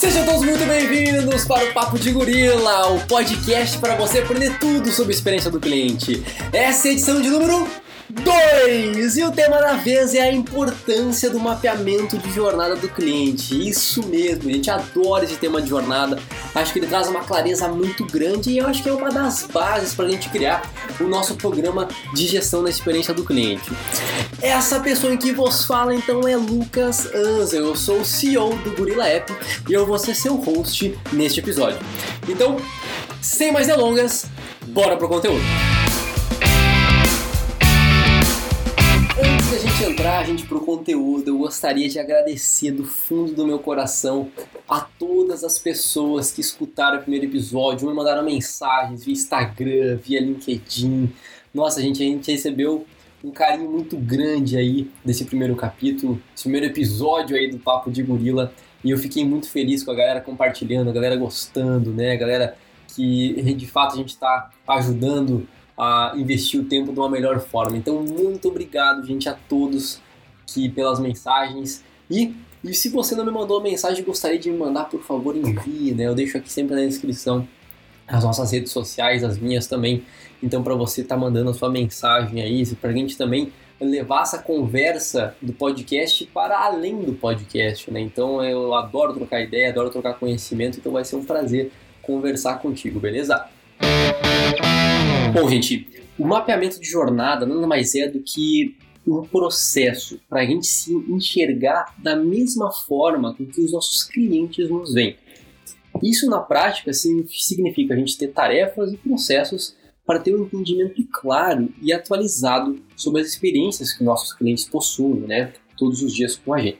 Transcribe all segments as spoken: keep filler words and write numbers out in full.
Sejam todos muito bem-vindos para o Papo de Gorila, o podcast para você aprender tudo sobre a experiência do cliente. Essa é a edição de número dois e o tema da vez é a importância do mapeamento de jornada do cliente. Isso mesmo, a gente adora esse tema de jornada, acho que ele traz uma clareza muito grande e eu acho que é uma das bases para a gente criar o nosso programa de gestão da experiência do cliente. Essa pessoa em que vos fala então é Lucas Anzel, eu sou o C E O do Gorila App e eu vou ser seu host neste episódio. Então, sem mais delongas, bora pro conteúdo! Antes da gente entrar, gente, pro conteúdo, eu gostaria de agradecer do fundo do meu coração a todas as pessoas que escutaram o primeiro episódio, me mandaram mensagens via Instagram, via LinkedIn. Nossa, gente, a gente recebeu um carinho muito grande aí desse primeiro capítulo, esse primeiro episódio aí do Papo de Gorila, e eu fiquei muito feliz com a galera compartilhando, a galera gostando, né, a galera que de fato a gente está ajudando a investir o tempo de uma melhor forma. Então, muito obrigado, gente, a todos que pelas mensagens. E, e se você não me mandou mensagem e gostaria de me mandar, por favor, envie, né? Eu deixo aqui sempre na descrição as nossas redes sociais, as minhas também. Então, para você estar tá mandando a sua mensagem aí, para a gente também levar essa conversa do podcast para além do podcast, né? Então, eu adoro trocar ideia, adoro trocar conhecimento, então vai ser um prazer conversar contigo, beleza? Bom, gente, o mapeamento de jornada nada mais é do que um processo para a gente se enxergar da mesma forma com que os nossos clientes nos veem. Isso, na prática, significa a gente ter tarefas e processos para ter um entendimento claro e atualizado sobre as experiências que nossos clientes possuem, né, todos os dias com a gente.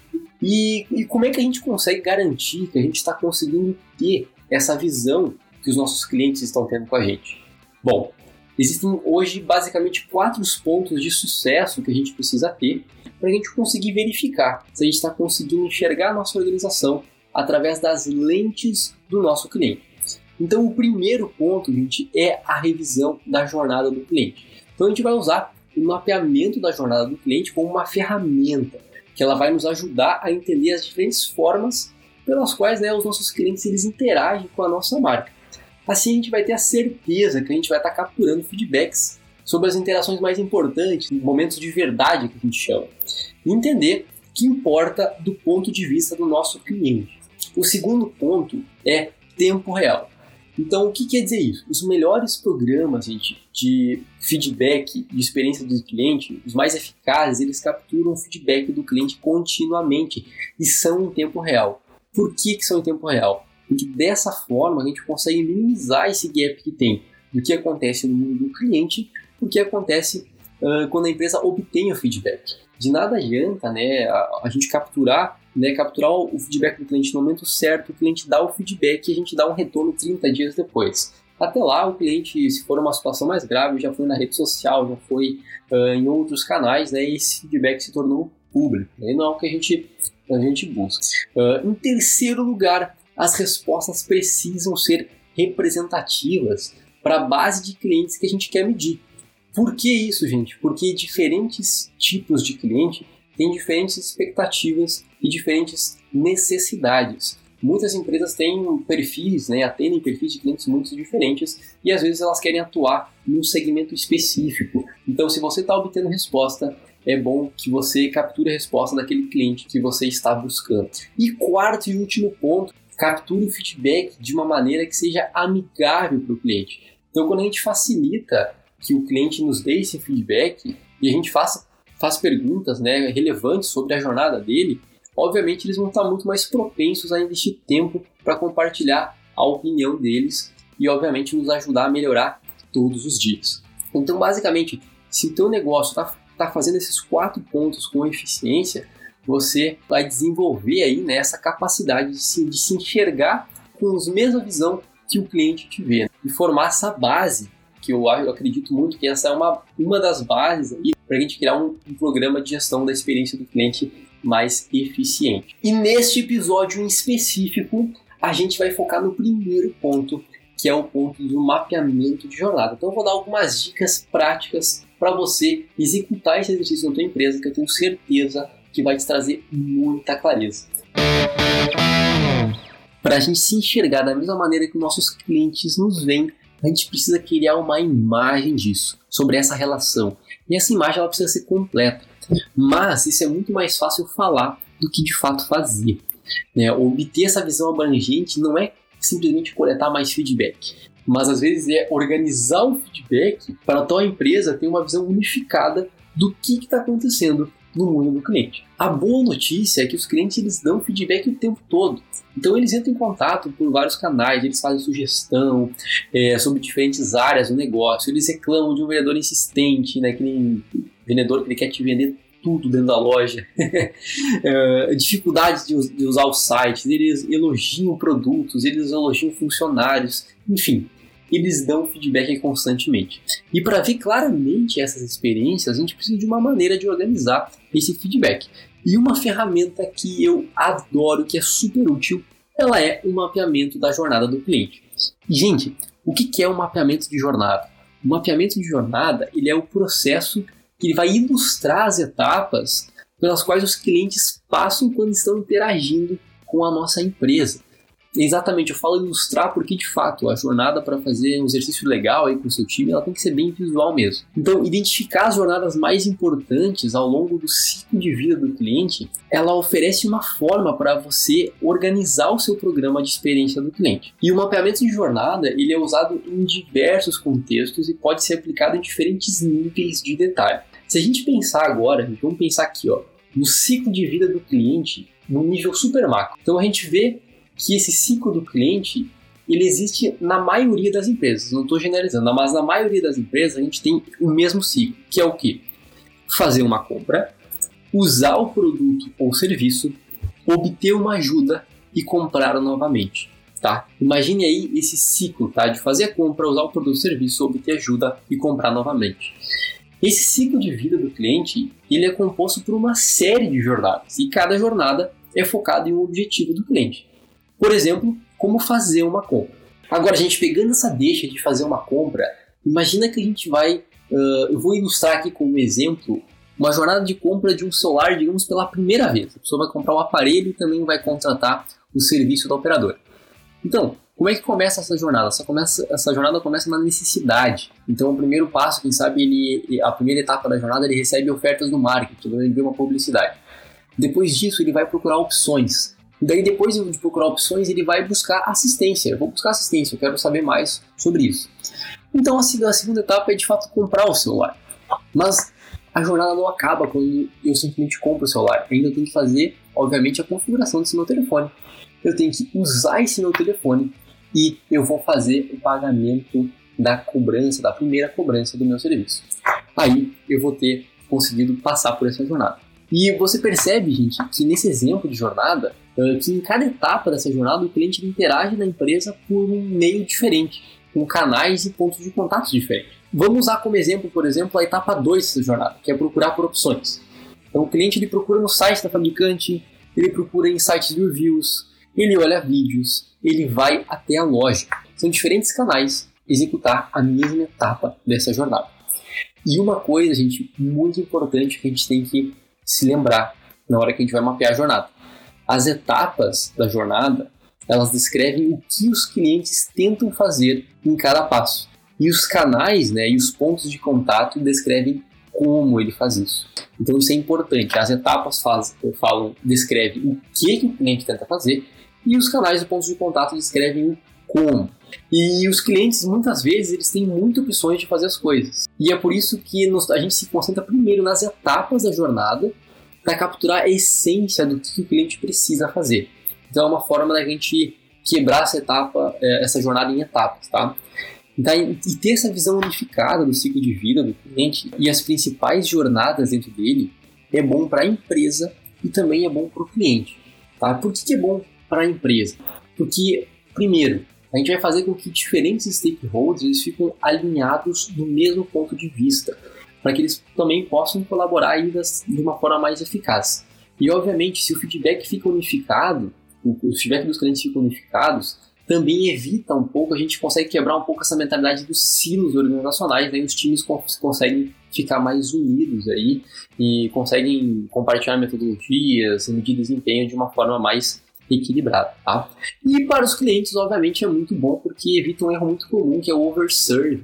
E, e como é que a gente consegue garantir que a gente está conseguindo ter essa visão que os nossos clientes estão tendo com a gente? Bom, existem hoje basicamente quatro pontos de sucesso que a gente precisa ter para a gente conseguir verificar se a gente está conseguindo enxergar a nossa organização através das lentes do nosso cliente. Então, o primeiro ponto, gente, é a revisão da jornada do cliente. Então, a gente vai usar o mapeamento da jornada do cliente como uma ferramenta que ela vai nos ajudar a entender as diferentes formas pelas quais, né, os nossos clientes eles interagem com a nossa marca. Assim a gente vai ter a certeza que a gente vai estar capturando feedbacks sobre as interações mais importantes, momentos de verdade que a gente chama. E entender o que importa do ponto de vista do nosso cliente. O segundo ponto é tempo real. Então, o que quer dizer isso? Os melhores programas, gente, de feedback, de experiência do cliente, os mais eficazes, eles capturam o feedback do cliente continuamente e são em tempo real. Por que, que são em tempo real? Porque dessa forma a gente consegue minimizar esse gap que tem do que acontece no mundo do cliente e o que acontece uh, quando a empresa obtém o feedback. De nada adianta, né, a, a gente capturar, né, capturar o, o feedback do cliente no momento certo, o cliente dá o feedback e a gente dá um retorno trinta dias depois. Até lá o cliente, se for uma situação mais grave, já foi na rede social, já foi uh, em outros canais, né, e esse feedback se tornou público. Né, não é o que a gente, a gente busca. Uh, em terceiro lugar, as respostas precisam ser representativas para a base de clientes que a gente quer medir. Por que isso, gente? Porque diferentes tipos de cliente têm diferentes expectativas e diferentes necessidades. Muitas empresas têm perfis, né, atendem perfis de clientes muito diferentes e às vezes elas querem atuar num segmento específico. Então, se você está obtendo resposta, é bom que você capture a resposta daquele cliente que você está buscando. E quarto e último ponto, capture o feedback de uma maneira que seja amigável para o cliente. Então, quando a gente facilita que o cliente nos dê esse feedback e a gente faça, faz perguntas, né, relevantes sobre a jornada dele, obviamente eles vão estar muito mais propensos a investir tempo para compartilhar a opinião deles e, obviamente, nos ajudar a melhorar todos os dias. Então, basicamente, se o teu negócio está tá fazendo esses quatro pontos com eficiência, você vai desenvolver aí, né, essa capacidade de se, de se enxergar com a mesma visão que o cliente te vê. E formar essa base, que eu, eu acredito muito que essa é uma, uma das bases para a gente criar um, um programa de gestão da experiência do cliente mais eficiente. E neste episódio em específico, a gente vai focar no primeiro ponto, que é o ponto do mapeamento de jornada. Então eu vou dar algumas dicas práticas para você executar esse exercício na tua empresa, que eu tenho certeza que vai te trazer muita clareza. para a gente se enxergar da mesma maneira que nossos clientes nos veem, a gente precisa criar uma imagem disso, sobre essa relação. E essa imagem ela precisa ser completa. Mas isso é muito mais fácil falar do que de fato fazer. Né? Obter essa visão abrangente não é simplesmente coletar mais feedback, mas às vezes é organizar o feedback para a tua empresa ter uma visão unificada do que está acontecendo no mundo do cliente. A boa notícia é que os clientes eles dão feedback o tempo todo. Então eles entram em contato por vários canais, eles fazem sugestão é, sobre diferentes áreas do negócio, eles reclamam de um vendedor insistente, né, aquele vendedor que ele quer te vender tudo dentro da loja, é, dificuldade de, de usar o site, eles elogiam produtos, eles elogiam funcionários, enfim, eles dão feedback constantemente. E para ver claramente essas experiências, a gente precisa de uma maneira de organizar esse feedback. E uma ferramenta que eu adoro, que é super útil, ela é o mapeamento da jornada do cliente. Gente, o que é um mapeamento de jornada? O mapeamento de jornada ele é o processo que ele vai ilustrar as etapas pelas quais os clientes passam quando estão interagindo com a nossa empresa. Exatamente, eu falo ilustrar porque, de fato, a jornada para fazer um exercício legal aí com o seu time, ela tem que ser bem visual mesmo. Então, identificar as jornadas mais importantes ao longo do ciclo de vida do cliente, ela oferece uma forma para você organizar o seu programa de experiência do cliente. E o mapeamento de jornada, ele é usado em diversos contextos e pode ser aplicado em diferentes níveis de detalhe. Se a gente pensar agora, vamos pensar aqui, ó, no ciclo de vida do cliente, no nível super macro. Então, a gente vê que esse ciclo do cliente, ele existe na maioria das empresas, não estou generalizando, mas na maioria das empresas a gente tem o mesmo ciclo, que é o quê? Fazer uma compra, usar o produto ou serviço, obter uma ajuda e comprar novamente, tá? Imagine aí esse ciclo, tá? De fazer a compra, usar o produto ou serviço, obter ajuda e comprar novamente. Esse ciclo de vida do cliente, ele é composto por uma série de jornadas, e cada jornada é focada em um objetivo do cliente. Por exemplo, como fazer uma compra. Agora, a gente pegando essa deixa de fazer uma compra, imagina que a gente vai... Uh, eu vou ilustrar aqui como exemplo uma jornada de compra de um celular, digamos, pela primeira vez. A pessoa vai comprar um aparelho e também vai contratar o serviço da operadora. Então, como é que começa essa jornada? Essa, começa, essa jornada começa na necessidade. Então, o primeiro passo, quem sabe, ele, a primeira etapa da jornada, ele recebe ofertas no marketing, ele vê uma publicidade. Depois disso, ele vai procurar opções. E daí, depois de procurar opções, ele vai buscar assistência. Eu vou buscar assistência, eu quero saber mais sobre isso. Então, a segunda etapa é, de fato, comprar o celular. Mas a jornada não acaba quando eu simplesmente compro o celular. Eu ainda tenho que fazer, obviamente, a configuração desse meu telefone. Eu tenho que usar esse meu telefone e eu vou fazer o pagamento da cobrança, da primeira cobrança do meu serviço. Aí, eu vou ter conseguido passar por essa jornada. E você percebe, gente, que nesse exemplo de jornada, que em cada etapa dessa jornada o cliente interage na empresa por um meio diferente, com canais e pontos de contato diferentes. Vamos usar como exemplo, por exemplo, a etapa dois dessa jornada, que é procurar por opções. Então o cliente ele procura no site da fabricante, ele procura em sites de reviews, ele olha vídeos, ele vai até a loja. São diferentes canais executar a mesma etapa dessa jornada. E uma coisa, gente, muito importante que a gente tem que se lembrar na hora que a gente vai mapear a jornada. As etapas da jornada, elas descrevem o que os clientes tentam fazer em cada passo. E os canais, né, e os pontos de contato descrevem como ele faz isso. Então isso é importante. As etapas faz, falam, descrevem o que, que o cliente tenta fazer e os canais e pontos de contato descrevem o como. E os clientes, muitas vezes, eles têm muitas opções de fazer as coisas. E é por isso que nos, a gente se concentra primeiro nas etapas da jornada para capturar a essência do que o cliente precisa fazer. Então é uma forma da gente quebrar essa etapa, essa jornada em etapas, tá? Então, e ter essa visão unificada do ciclo de vida do cliente e as principais jornadas dentro dele é bom para a empresa e também é bom para o cliente, tá? Por que, que é bom para a empresa? Porque, primeiro, a gente vai fazer com que diferentes stakeholders eles fiquem alinhados no mesmo ponto de vista, para que eles também possam colaborar ainda de uma forma mais eficaz. E, obviamente, se o feedback fica unificado, o feedback dos clientes fica unificados, também evita um pouco, a gente consegue quebrar um pouco essa mentalidade dos silos organizacionais, né? Os times cons- conseguem ficar mais unidos aí e conseguem compartilhar metodologias, medir desempenho de uma forma mais equilibrada, tá? E para os clientes, obviamente, é muito bom porque evita um erro muito comum, que é o overserve.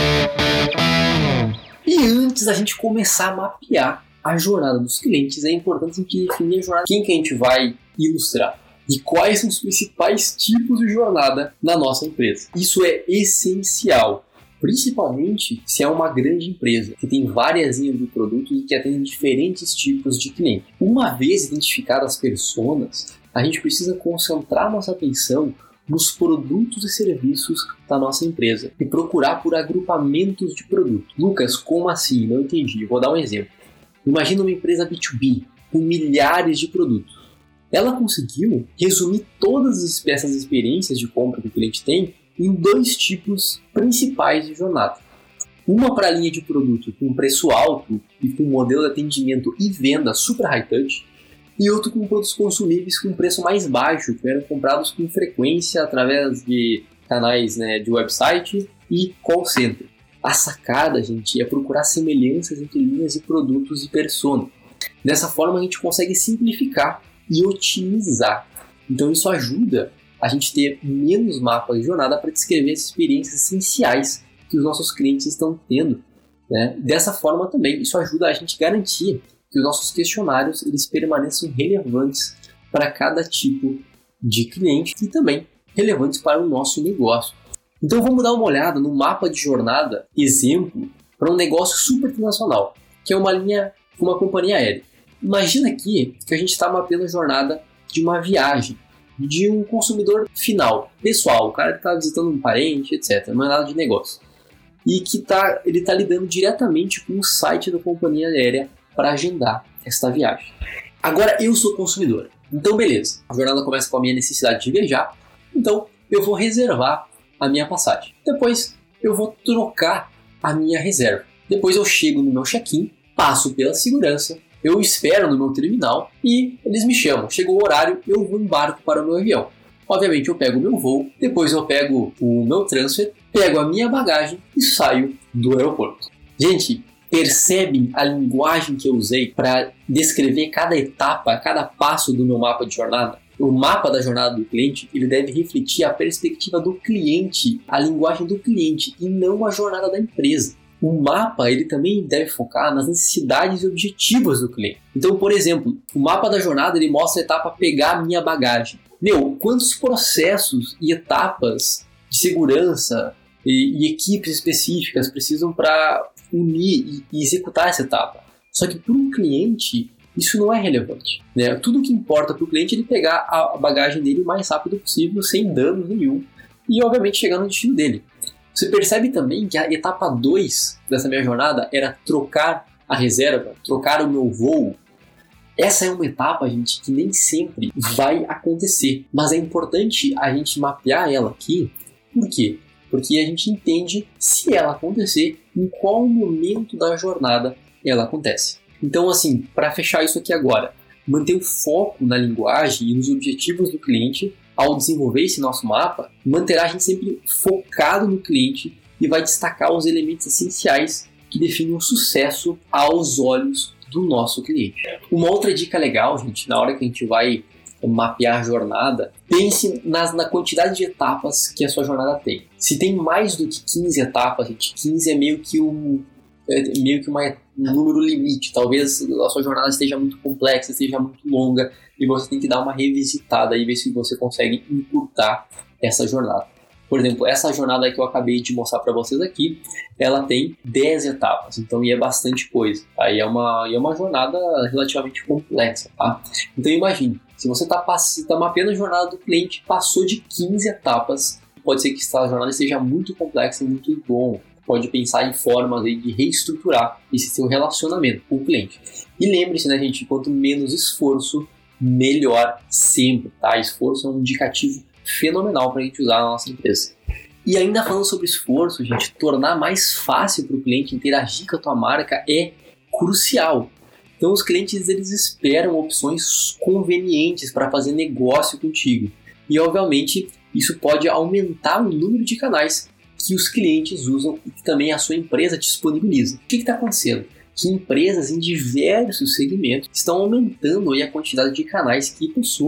E antes da gente começar a mapear a jornada dos clientes, é importante a gente definir a jornada, quem que a gente vai ilustrar e quais são os principais tipos de jornada na nossa empresa. Isso é essencial, principalmente se é uma grande empresa que tem várias linhas de produtos e que atende diferentes tipos de cliente. Uma vez identificadas as personas, a gente precisa concentrar nossa atenção nos produtos e serviços da nossa empresa e procurar por agrupamentos de produtos. Lucas, como assim? Não entendi. Vou dar um exemplo. Imagina uma empresa B dois B com milhares de produtos. Ela conseguiu resumir todas as peças de experiências de compra que o cliente tem em dois tipos principais de jornada. Uma para a linha de produto com preço alto e com modelo de atendimento e venda super high touch, e outro com produtos consumíveis com preço mais baixo, que eram comprados com frequência através de canais, né, de website e call center. A sacada, gente, é procurar semelhanças entre linhas de produtos e persona. Dessa forma a gente consegue simplificar e otimizar. Então isso ajuda a gente ter menos mapas de jornada para descrever as experiências essenciais que os nossos clientes estão tendo, né? Dessa forma também, isso ajuda a gente a garantir que os nossos questionários eles permaneçam relevantes para cada tipo de cliente e também relevantes para o nosso negócio. Então vamos dar uma olhada no mapa de jornada exemplo para um negócio super internacional, que é uma linha, uma companhia aérea. Imagina aqui que a gente está mapeando a jornada de uma viagem, de um consumidor final, pessoal, o cara que está visitando um parente, etcétera. Não é nada de negócio. E que tá, ele está lidando diretamente com o site da companhia aérea para agendar esta viagem. Agora eu sou consumidor, então beleza, a jornada começa com a minha necessidade de viajar, então eu vou reservar a minha passagem. Depois eu vou trocar a minha reserva. Depois eu chego no meu check-in, passo pela segurança, eu espero no meu terminal e eles me chamam. Chegou o horário, eu vou embarco para o meu avião. Obviamente eu pego o meu voo, depois eu pego o meu transfer, pego a minha bagagem e saio do aeroporto. Gente, percebem a linguagem que eu usei para descrever cada etapa, cada passo do meu mapa de jornada? O mapa da jornada do cliente ele deve refletir a perspectiva do cliente, a linguagem do cliente e não a jornada da empresa. O mapa ele também deve focar nas necessidades e objetivos do cliente. Então, por exemplo, o mapa da jornada ele mostra a etapa pegar a minha bagagem. Meu, quantos processos e etapas de segurança e, e equipes específicas precisam para unir e, e executar essa etapa? Só que para um cliente isso não é relevante, né? Tudo que importa para o cliente é ele pegar a bagagem dele o mais rápido possível, sem dano nenhum, e obviamente chegar no destino dele. Você percebe também que a etapa dois dessa minha jornada era trocar a reserva, trocar o meu voo. Essa é uma etapa, gente, que nem sempre vai acontecer, mas é importante a gente mapear ela aqui. Por quê? Porque a gente entende se ela acontecer, em qual momento da jornada ela acontece. Então, assim, para fechar isso aqui agora, manter o foco na linguagem e nos objetivos do cliente ao desenvolver esse nosso mapa, manterá a gente sempre focado no cliente e vai destacar os elementos essenciais que definem o sucesso aos olhos do nosso cliente. Uma outra dica legal, gente, na hora que a gente vai mapear a jornada, pense nas, na quantidade de etapas que a sua jornada tem. Se tem mais do que quinze etapas, gente, quinze é meio que um, é meio que uma, um número limite. Talvez a sua jornada esteja muito complexa, esteja muito longa, e você tem que dar uma revisitada e ver se você consegue encurtar essa jornada. Por exemplo, essa jornada que eu acabei de mostrar para vocês aqui, ela tem dez etapas, então e é bastante coisa, tá? E é uma, e é uma jornada relativamente complexa, tá? Então imagine, se você está tá mapeando a jornada do cliente, passou de quinze etapas, pode ser que essa jornada seja muito complexa e muito longa. Pode pensar em formas aí de reestruturar esse seu relacionamento com o cliente. E lembre-se, né, gente, quanto menos esforço, melhor sempre, tá? Esforço é um indicativo fenomenal para a gente usar na nossa empresa. E ainda falando sobre esforço, gente, tornar mais fácil para o cliente interagir com a tua marca é crucial. Então os clientes eles esperam opções convenientes para fazer negócio contigo. E obviamente isso pode aumentar o número de canais que os clientes usam e que também a sua empresa disponibiliza. O que está acontecendo? Que empresas em diversos segmentos estão aumentando aí a quantidade de canais que possuem.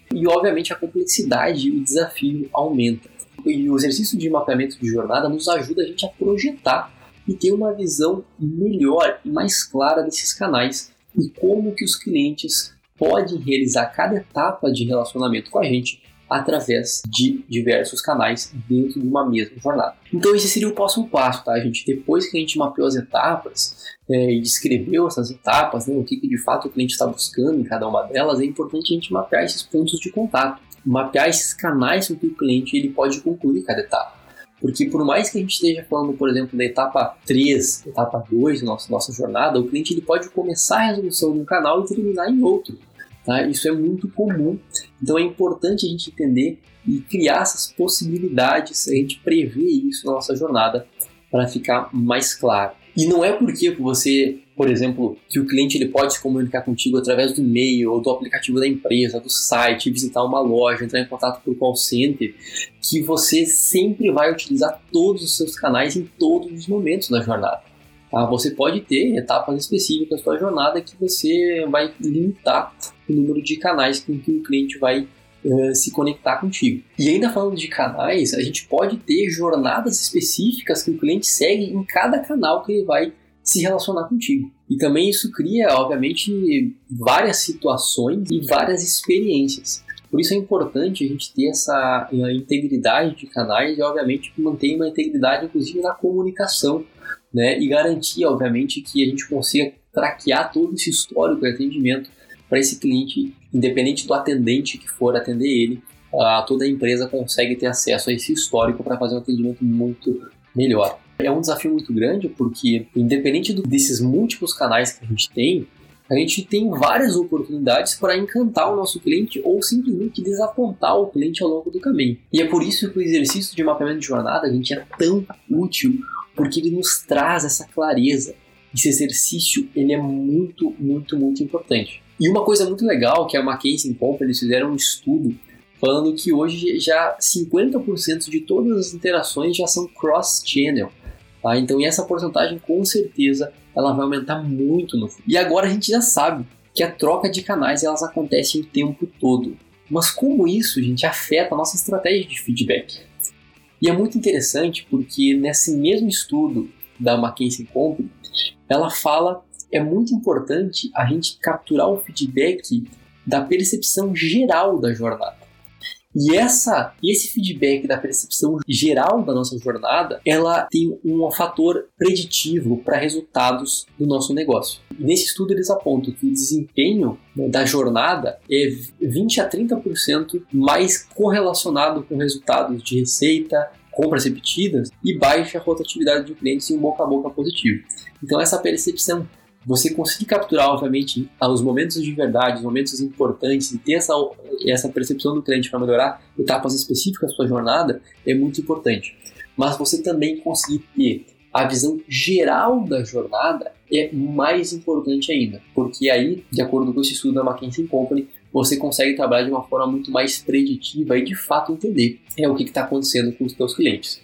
E, obviamente, a complexidade e o desafio aumenta. E o exercício de mapeamento de jornada nos ajuda a gente a projetar e ter uma visão melhor e mais clara desses canais e como que os clientes podem realizar cada etapa de relacionamento com a gente através de diversos canais dentro de uma mesma jornada. Então esse seria o próximo passo, tá, gente? Depois que a gente mapeou as etapas é, e descreveu essas etapas, né, o que, que de fato o cliente está buscando em cada uma delas, é importante a gente mapear esses pontos de contato, mapear esses canais com que o cliente ele pode concluir cada etapa. Porque por mais que a gente esteja falando, por exemplo, da etapa três, etapa dois da nossa, nossa jornada, o cliente ele pode começar a resolução de um canal e terminar em outro. Tá? Isso é muito comum. Então é importante a gente entender e criar essas possibilidades, a gente prever isso na nossa jornada para ficar mais claro. E não é porque você, por exemplo, que o cliente ele pode se comunicar contigo através do e-mail ou do aplicativo da empresa, do site, visitar uma loja, entrar em contato por call center, que você sempre vai utilizar todos os seus canais em todos os momentos da jornada. Tá? Você pode ter etapas específicas da sua jornada que você vai limitar o número de canais com que o cliente vai uh, se conectar contigo. E ainda falando de canais, a gente pode ter jornadas específicas que o cliente segue em cada canal que ele vai se relacionar contigo. E também isso cria, obviamente, várias situações e várias experiências. Por isso é importante a gente ter essa uh, integridade de canais e, obviamente, manter uma integridade, inclusive, na comunicação, né? E garantir, obviamente, que a gente consiga traquear todo esse histórico de atendimento para esse cliente, independente do atendente que for atender ele, uh, toda a empresa consegue ter acesso a esse histórico para fazer um atendimento muito melhor. É um desafio muito grande porque, independente do, desses múltiplos canais que a gente tem, a gente tem várias oportunidades para encantar o nosso cliente ou simplesmente desapontar o cliente ao longo do caminho. E é por isso que o exercício de mapeamento de jornada a gente é tão útil, porque ele nos traz essa clareza. Esse exercício ele é muito, muito, muito importante. E uma coisa muito legal que a McKinsey and Company eles fizeram um estudo falando que hoje já cinquenta por cento de todas as interações já são cross-channel. Tá? Então essa porcentagem com certeza ela vai aumentar muito no futuro. E agora a gente já sabe que a troca de canais elas acontecem o tempo todo. Mas como isso, gente, afeta a nossa estratégia de feedback? E é muito interessante porque nesse mesmo estudo da McKinsey and Company, ela fala é muito importante a gente capturar o feedback da percepção geral da jornada. E essa, esse feedback da percepção geral da nossa jornada, ela tem um fator preditivo para resultados do nosso negócio. E nesse estudo eles apontam que o desempenho da jornada é vinte a trinta por cento mais correlacionado com resultados de receita, compras repetidas e baixa rotatividade de clientes e um boca a boca positivo. Então essa percepção, você conseguir capturar, obviamente, os momentos de verdade, os momentos importantes e ter essa, essa percepção do cliente para melhorar etapas específicas da sua jornada é muito importante. Mas você também conseguir ter a visão geral da jornada é mais importante ainda, porque aí, de acordo com esse estudo da McKinsey and Company, você consegue trabalhar de uma forma muito mais preditiva e de fato entender é, o que está acontecendo com os seus clientes.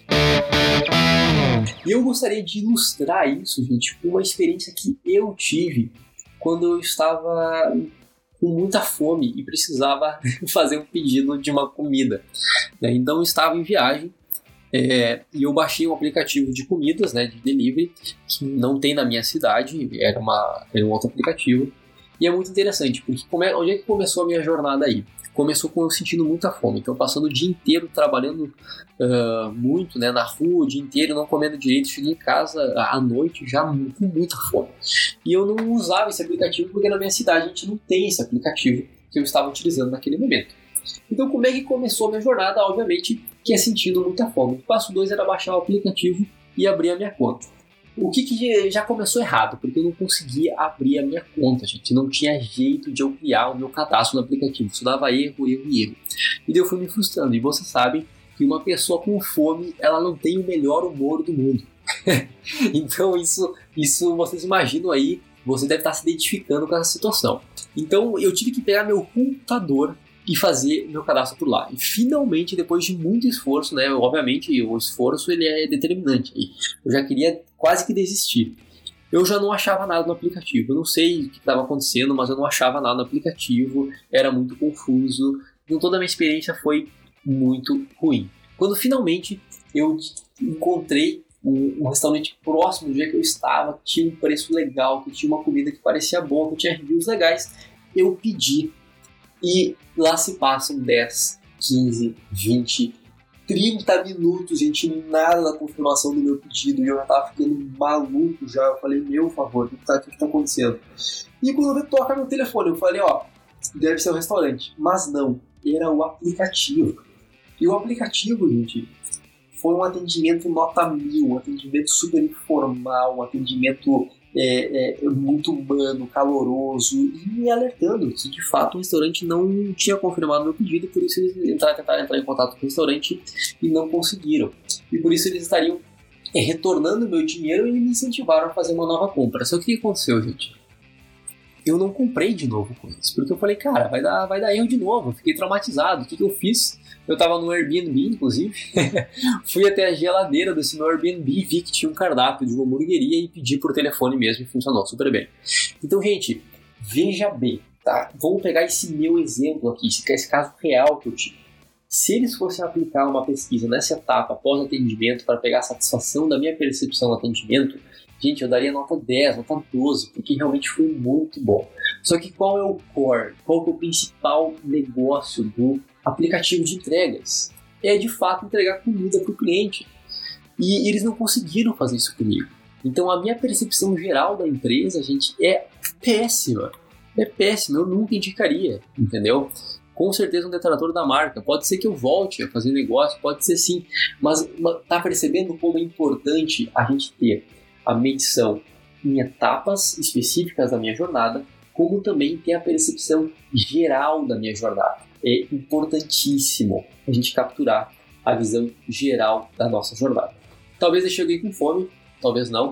E eu gostaria de ilustrar isso, gente, com uma experiência que eu tive quando eu estava com muita fome e precisava fazer um pedido de uma comida. Então eu estava em viagem é, e eu baixei um aplicativo de comidas, né, de delivery, que não tem na minha cidade, era, uma, era um outro aplicativo. E é muito interessante, porque come, onde é que começou a minha jornada aí? Começou com eu sentindo muita fome, então passando o dia inteiro trabalhando uh, muito, né, na rua, o dia inteiro não comendo direito, cheguei em casa à noite já com muita fome. E eu não usava esse aplicativo porque na minha cidade a gente não tem esse aplicativo que eu estava utilizando naquele momento. Então como é que começou a minha jornada? Obviamente que é sentindo muita fome. O passo dois era baixar o aplicativo e abrir a minha conta. O que, que já começou errado? Porque eu não conseguia abrir a minha conta, gente. Não tinha jeito de eu criar o meu cadastro no aplicativo. Isso dava erro, erro e erro. E daí eu fui me frustrando. E vocês sabem que uma pessoa com fome, ela não tem o melhor humor do mundo. Então isso, isso vocês imaginam aí, você deve estar se identificando com essa situação. Então eu tive que pegar meu computador e fazer meu cadastro por lá. E finalmente, depois de muito esforço, né, obviamente o esforço ele é determinante. Eu já queria quase que desistir. Eu já não achava nada no aplicativo. Eu não sei o que estava acontecendo, mas eu não achava nada no aplicativo. Era muito confuso. Então toda a minha experiência foi muito ruim. Quando finalmente eu encontrei um, um restaurante próximo do dia que eu estava, que tinha um preço legal, que tinha uma comida que parecia boa, que tinha reviews legais, eu pedi e lá se passam dez, quinze, vinte, trinta minutos, gente, nada da confirmação do meu pedido, e eu já tava ficando maluco já. Eu falei, meu favor, o que tá, o que tá acontecendo? E quando eu toca meu telefone, eu falei, ó, deve ser o restaurante. Mas não, era o aplicativo. E o aplicativo, gente, foi um atendimento nota mil, um atendimento super informal, um atendimento é, é, muito humano, caloroso, e me alertando que de fato o restaurante não tinha confirmado meu pedido, por isso eles entraram, tentaram entrar em contato com o restaurante e não conseguiram. E por isso eles estariam é, retornando meu dinheiro e me incentivaram a fazer uma nova compra. Só que o que aconteceu, gente? Eu não comprei de novo com eles, porque eu falei, cara, vai dar, vai dar erro de novo. Eu fiquei traumatizado. O que, que eu fiz? Eu tava no Airbnb, inclusive. Fui até a geladeira desse meu Airbnb, vi que tinha um cardápio de uma hamburgueria e pedi por telefone mesmo e funcionou super bem. Então, gente, veja bem, tá? Vamos pegar esse meu exemplo aqui, esse caso real que eu tive. Se eles fossem aplicar uma pesquisa nessa etapa pós-atendimento para pegar a satisfação da minha percepção no atendimento, gente, eu daria nota dez, nota doze, porque realmente foi muito bom. Só que qual é o core? Qual é o principal negócio do aplicativo de entregas? É de fato entregar comida para o cliente. E eles não conseguiram fazer isso comigo. Então a minha percepção geral da empresa, gente, é péssima. É péssima, eu nunca indicaria, entendeu? Com certeza um detrator da marca. Pode ser que eu volte a fazer negócio, pode ser sim. Mas tá percebendo como é importante a gente ter a medição em etapas específicas da minha jornada, como também ter a percepção geral da minha jornada. É importantíssimo a gente capturar a visão geral da nossa jornada. Talvez eu cheguei com fome, talvez não,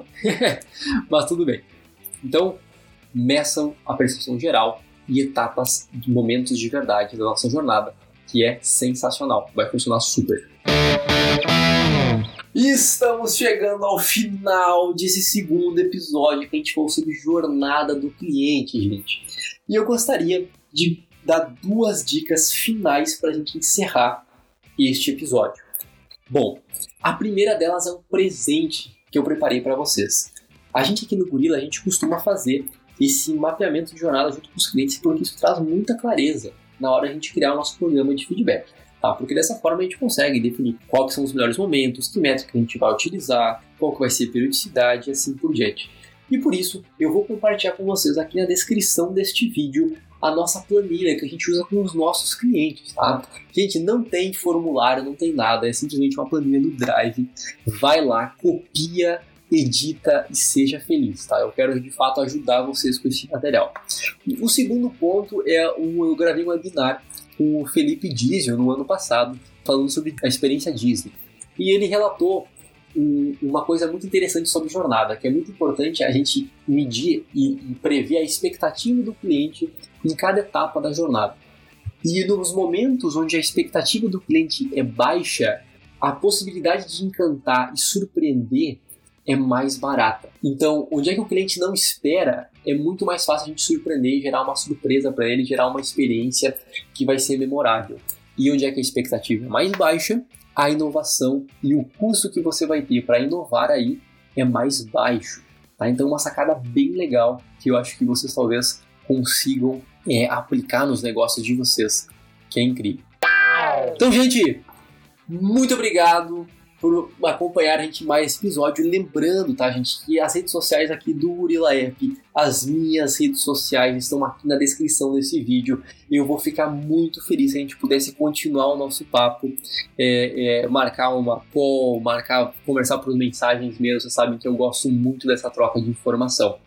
mas tudo bem. Então, meçam a percepção geral e etapas de momentos de verdade da nossa jornada, que é sensacional, vai funcionar super. Estamos chegando ao final desse segundo episódio que a gente falou sobre jornada do cliente, gente. E eu gostaria de dar duas dicas finais para a gente encerrar este episódio. Bom, a primeira delas é um presente que eu preparei para vocês. A gente aqui no Gorilla, a gente costuma fazer esse mapeamento de jornada junto com os clientes porque isso traz muita clareza na hora de a gente criar o nosso programa de feedback. Tá? Porque dessa forma a gente consegue definir quais são os melhores momentos, que métrica a gente vai utilizar, qual que vai ser a periodicidade e assim por diante. E por isso eu vou compartilhar com vocês aqui na descrição deste vídeo a nossa planilha que a gente usa com os nossos clientes, tá? Gente, não tem formulário, não tem nada, é simplesmente uma planilha no Drive. Vai lá, copia, edita e seja feliz, tá? Eu quero de fato ajudar vocês com esse material. O segundo ponto é um, eu gravei um webinar com o Felipe Diesel no ano passado, falando sobre a experiência Disney. E ele relatou um, uma coisa muito interessante sobre jornada, que é muito importante a gente medir e, e prever a expectativa do cliente em cada etapa da jornada. E nos momentos onde a expectativa do cliente é baixa, a possibilidade de encantar e surpreender é mais barata. Então, onde é que o cliente não espera, é muito mais fácil a gente surpreender e gerar uma surpresa para ele, gerar uma experiência que vai ser memorável. E onde é que a expectativa é mais baixa, a inovação e o custo que você vai ter para inovar aí é mais baixo. Tá? Então, uma sacada bem legal que eu acho que vocês talvez consigam é, aplicar nos negócios de vocês, que é incrível. Então, gente, muito obrigado por acompanhar a gente mais esse episódio. Lembrando, tá, gente, que as redes sociais aqui do Gorilla App, as minhas redes sociais estão aqui na descrição desse vídeo. Eu vou ficar muito feliz se a gente pudesse continuar o nosso papo, é, é, marcar uma call, marcar, conversar por mensagens mesmo. Vocês sabem que eu gosto muito dessa troca de informação.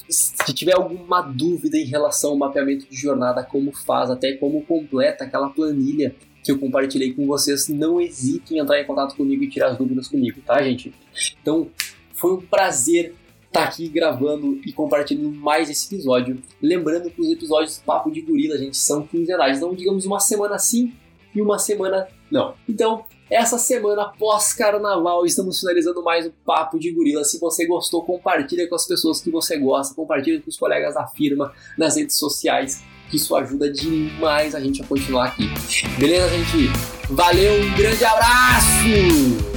Se tiver alguma dúvida em relação ao mapeamento de jornada, como faz, até como completa aquela planilha que eu compartilhei com vocês, não hesitem em entrar em contato comigo e tirar as dúvidas comigo, tá, gente? Então, foi um prazer estar aqui gravando e compartilhando mais esse episódio. Lembrando que os episódios Papo de Gorila, gente, são quinzenais. Então, digamos, uma semana sim, e uma semana não. Então, essa semana pós-carnaval, estamos finalizando mais um Papo de Gorila. Se você gostou, compartilha com as pessoas que você gosta, compartilha com os colegas da firma, nas redes sociais, que isso ajuda demais a gente a continuar aqui. Beleza, gente? Valeu, um grande abraço!